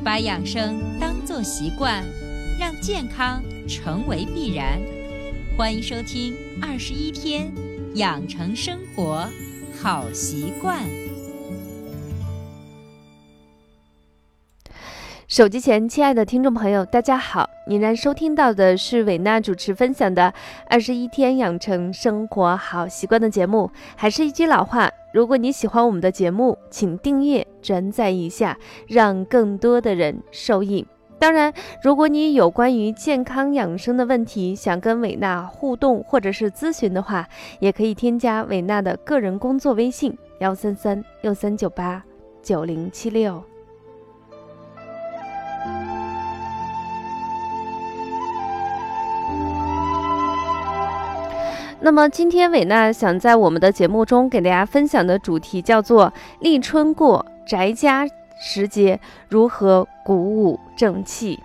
把养生当作习惯，让健康成为必然。欢迎收听21天养成生活好习惯。 手机前亲爱的听众朋友，大家好，您然收听到的是伟娜主持分享的21天养成生活好习惯的节目。还是一句老话，如果你喜欢我们的节目，请订阅转载一下，让更多的人受益。当然，如果你有关于健康养生的问题想跟伟娜互动或者是咨询的话，也可以添加伟娜的个人工作微信13363989076。那么今天伟娜想在我们的节目中给大家分享的主题叫做立春过，宅家时节如何鼓舞正气。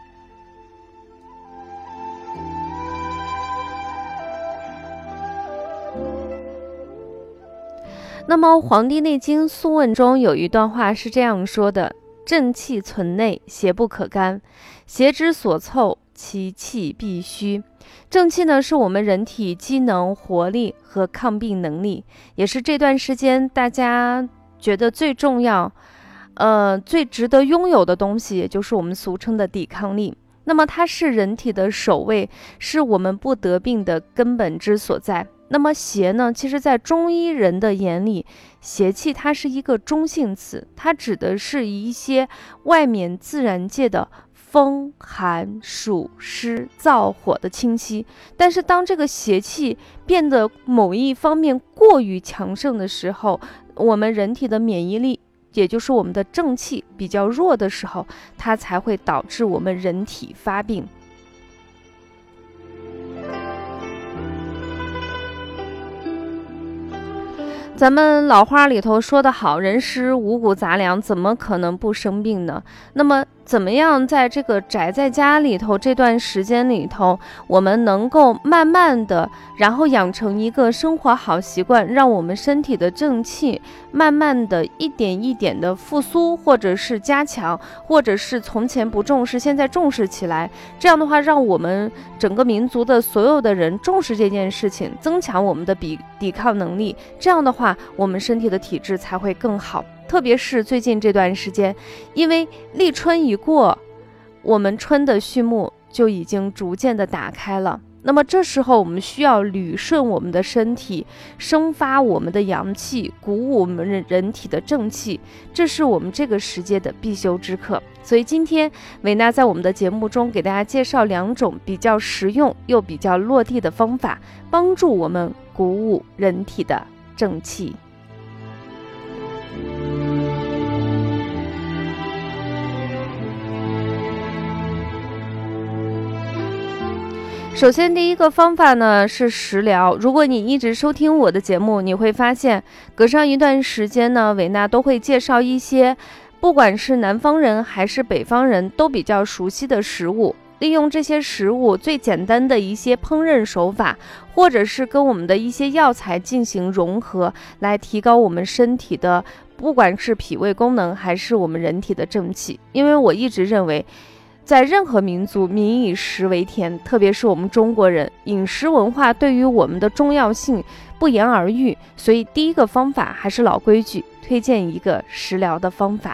那么《黄帝内经·素问》中有一段话是这样说的：正气存内，邪不可干，邪之所凑，其气必虚。正气呢，是我们人体机能、活力和抗病能力，也是这段时间大家觉得最重要、最值得拥有的东西，也就是我们俗称的抵抗力。那么它是人体的守卫，是我们不得病的根本之所在。那么邪呢，其实在中医人的眼里，邪气它是一个中性词，它指的是一些外面自然界的风寒暑湿燥火的侵袭，但是当这个邪气变得某一方面过于强盛的时候，我们人体的免疫力，也就是我们的正气比较弱的时候，它才会导致我们人体发病。咱们老话里头说得好，人食五谷杂粮，怎么可能不生病呢？那么怎么样在这个宅在家里头这段时间里头，我们能够慢慢的然后养成一个生活好习惯，让我们身体的正气慢慢的一点一点的复苏，或者是加强，或者是从前不重视现在重视起来，这样的话让我们整个民族的所有的人重视这件事情，增强我们的抵抗能力，这样的话我们身体的体质才会更好。特别是最近这段时间，因为立春一过，我们春的序幕就已经逐渐的打开了。那么这时候我们需要捋顺我们的身体，生发我们的阳气，鼓舞我们人体的正气，这是我们这个时节的必修之课。所以今天伟娜在我们的节目中给大家介绍2种比较实用又比较落地的方法，帮助我们鼓舞人体的正气。首先第一个方法呢是食疗。如果你一直收听我的节目，你会发现隔上一段时间呢，伟娜都会介绍一些不管是南方人还是北方人都比较熟悉的食物，利用这些食物最简单的一些烹饪手法，或者是跟我们的一些药材进行融合，来提高我们身体的不管是脾胃功能还是我们人体的正气。因为我一直认为在任何民族，民以食为天，特别是我们中国人，饮食文化对于我们的重要性不言而喻。所以第一个方法还是老规矩，推荐一个食疗的方法。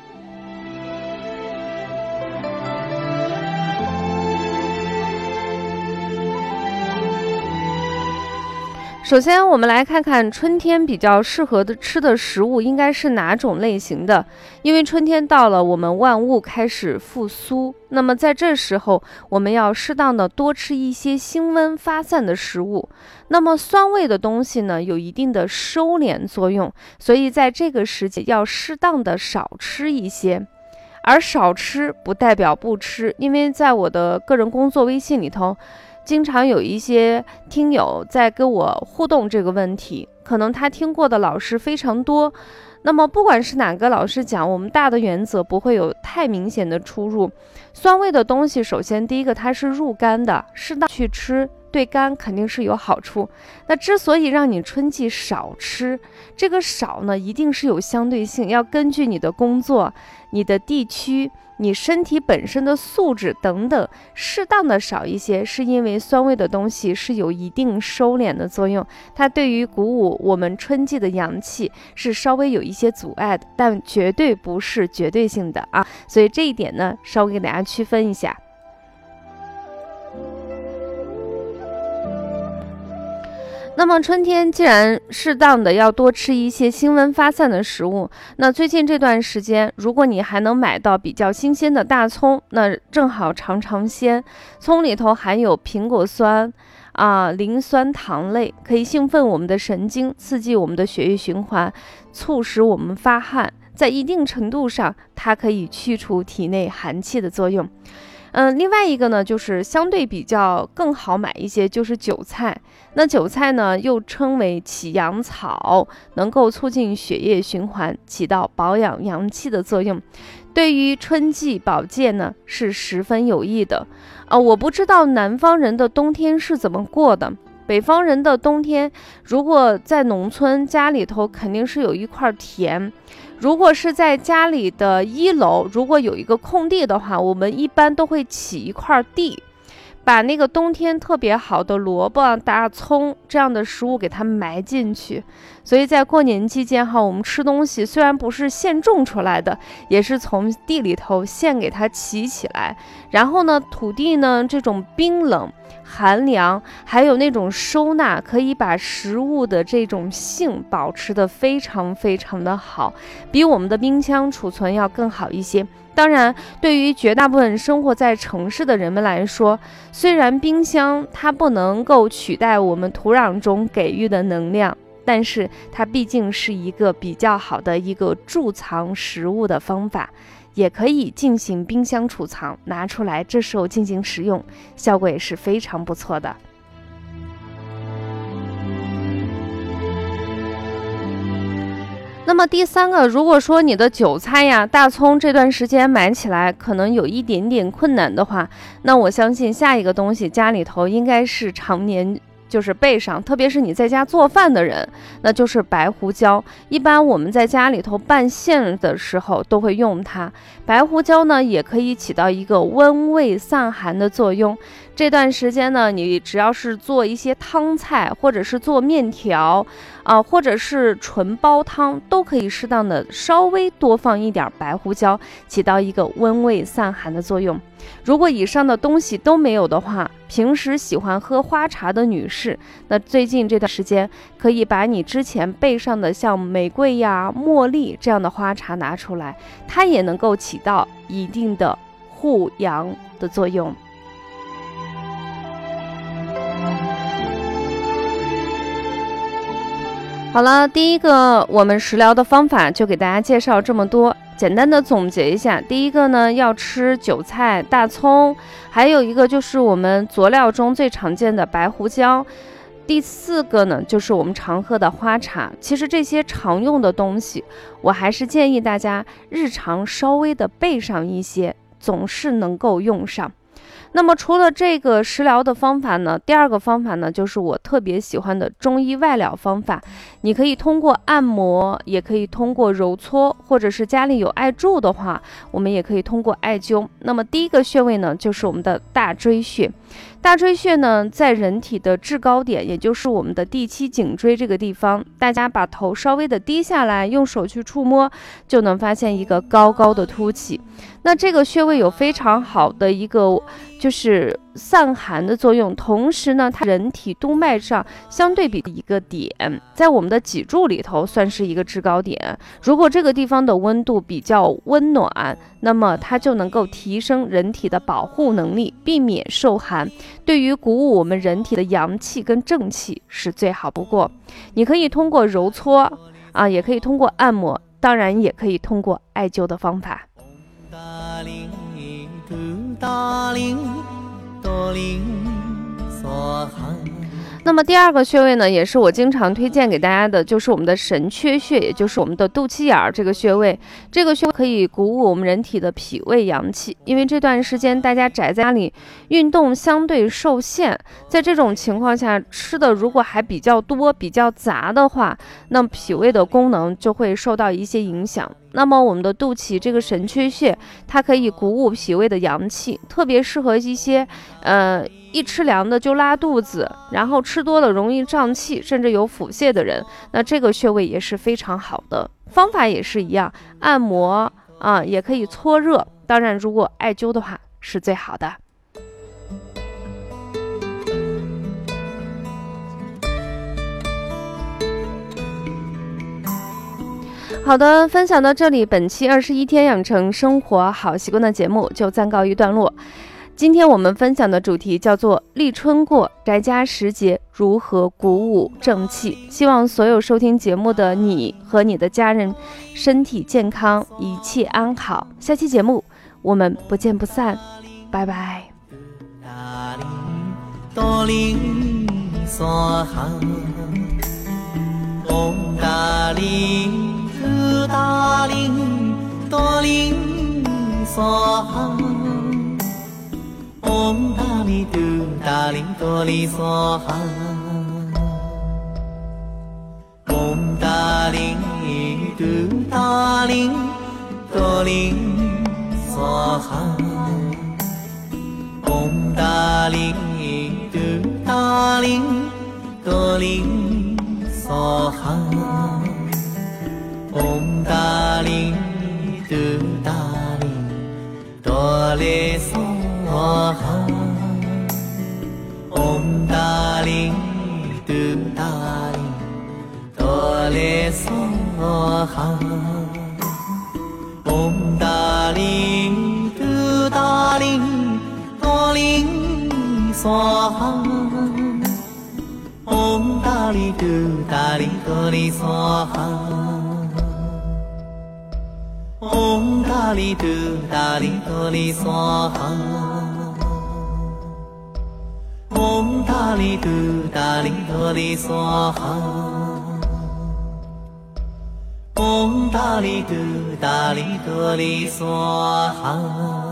首先我们来看看春天比较适合的吃的食物应该是哪种类型的。因为春天到了，我们万物开始复苏，那么在这时候我们要适当的多吃一些辛温发散的食物。那么酸味的东西呢，有一定的收敛作用，所以在这个时节要适当的少吃一些。而少吃不代表不吃，因为在我的个人工作微信里头经常有一些听友在跟我互动这个问题，可能他听过的老师非常多，那么不管是哪个老师讲，我们大的原则不会有太明显的出入。酸味的东西，首先第一个它是入肝的，适当去吃对肝肯定是有好处。那之所以让你春季少吃，这个少呢，一定是有相对性，要根据你的工作、你的地区、你身体本身的素质等等，适当的少一些，是因为酸味的东西是有一定收敛的作用，它对于鼓舞我们春季的阳气是稍微有一些阻碍的，但绝对不是绝对性的啊，所以这一点呢，稍微给大家区分一下。那么春天既然适当的要多吃一些辛温发散的食物，那最近这段时间，如果你还能买到比较新鲜的大葱，那正好尝尝鲜。葱里头含有苹果酸磷酸糖类，可以兴奋我们的神经，刺激我们的血液循环，促使我们发汗。在一定程度上，它可以去除体内寒气的作用。另外一个呢，就是相对比较更好买一些，就是韭菜。那韭菜呢，又称为起阳草，能够促进血液循环，起到保养阳气的作用，对于春季保健呢是十分有益的。我不知道南方人的冬天是怎么过的。北方人的冬天，如果在农村家里头肯定是有一块田，如果是在家里的1楼，如果有一个空地的话，我们一般都会起一块地，把那个冬天特别好的萝卜、大葱这样的食物给它埋进去。所以在过年期间我们吃东西虽然不是现种出来的，也是从地里头现给它起起来。然后呢，土地呢这种冰冷寒凉，还有那种收纳，可以把食物的这种性保持得非常非常的好，比我们的冰箱储存要更好一些。当然，对于绝大部分生活在城市的人们来说，虽然冰箱它不能够取代我们土壤中给予的能量，但是它毕竟是一个比较好的一个贮藏食物的方法，也可以进行冰箱储藏，拿出来这时候进行食用，效果也是非常不错的。那么第三个，如果说你的韭菜呀、大葱这段时间买起来可能有一点点困难的话，那我相信下一个东西家里头应该是常年就是备上，特别是你在家做饭的人，那就是白胡椒。一般我们在家里头拌馅的时候都会用它。白胡椒呢，也可以起到一个温胃散寒的作用。这段时间呢，你只要是做一些汤菜，或者是做面条或者是纯煲汤，都可以适当的稍微多放一点白胡椒，起到一个温胃散寒的作用。如果以上的东西都没有的话，平时喜欢喝花茶的女士，那最近这段时间可以把你之前备上的像玫瑰呀、茉莉这样的花茶拿出来，它也能够起到一定的护阳的作用。好了，第一个我们食疗的方法就给大家介绍这么多。简单的总结一下，第一个呢，要吃韭菜、大葱，还有一个就是我们佐料中最常见的白胡椒。第四个呢，就是我们常喝的花茶。其实这些常用的东西，我还是建议大家日常稍微的备上一些，总是能够用上。那么除了这个食疗的方法呢，第二个方法呢，就是我特别喜欢的中医外疗方法。你可以通过按摩，也可以通过揉搓，或者是家里有艾柱的话，我们也可以通过艾灸。那么第一个穴位呢，就是我们的大椎穴。大椎穴呢，在人体的制高点，也就是我们的第7颈椎这个地方，大家把头稍微的低下来，用手去触摸，就能发现一个高高的凸起。那这个穴位有非常好的一个就是散寒的作用，同时呢，它人体督脉上相对比一个点，在我们的脊柱里头算是一个制高点。如果这个地方的温度比较温暖，那么它就能够提升人体的保护能力，避免受寒，对于鼓舞我们人体的阳气跟正气是最好不过。你可以通过揉搓也可以通过按摩，当然也可以通过艾灸的方法。 那么第二个穴位呢，也是我经常推荐给大家的，就是我们的神阙穴，也就是我们的肚脐眼儿这个穴位。这个穴位可以鼓舞我们人体的脾胃阳气，因为这段时间大家宅在家里，运动相对受限，在这种情况下，吃的如果还比较多、比较杂的话，那么脾胃的功能就会受到一些影响。那么我们的肚脐这个神阙穴，它可以鼓舞脾胃的阳气，特别适合一些一吃凉的就拉肚子，然后吃多了容易胀气，甚至有腹泻的人，那这个穴位也是非常好的。方法也是一样，按摩啊，也可以搓热，当然如果艾灸的话是最好的。好的，分享到这里，本期21天养成生活好习惯的节目就暂告一段落。今天我们分享的主题叫做立春过，宅家时节如何鼓舞正气。希望所有收听节目的你和你的家人身体健康，一切安好。下期节目我们不见不散，拜拜。 Om Dali Du Dali Doli Swaha Om Dali Du Dali Doli Swaha Om Dali Du Dali Doli Swaha Om Dali Du Dali Doli Swaha Om Dali Du Dali Doli Swaha Om Dali Du Dali Doli Swaha Om Dali Du Dali Doli Swaha Om Dali Du Dali Doli Swaha Om Dali Du Dali Doli Swaha Om Dali Du Dali Doli Swaha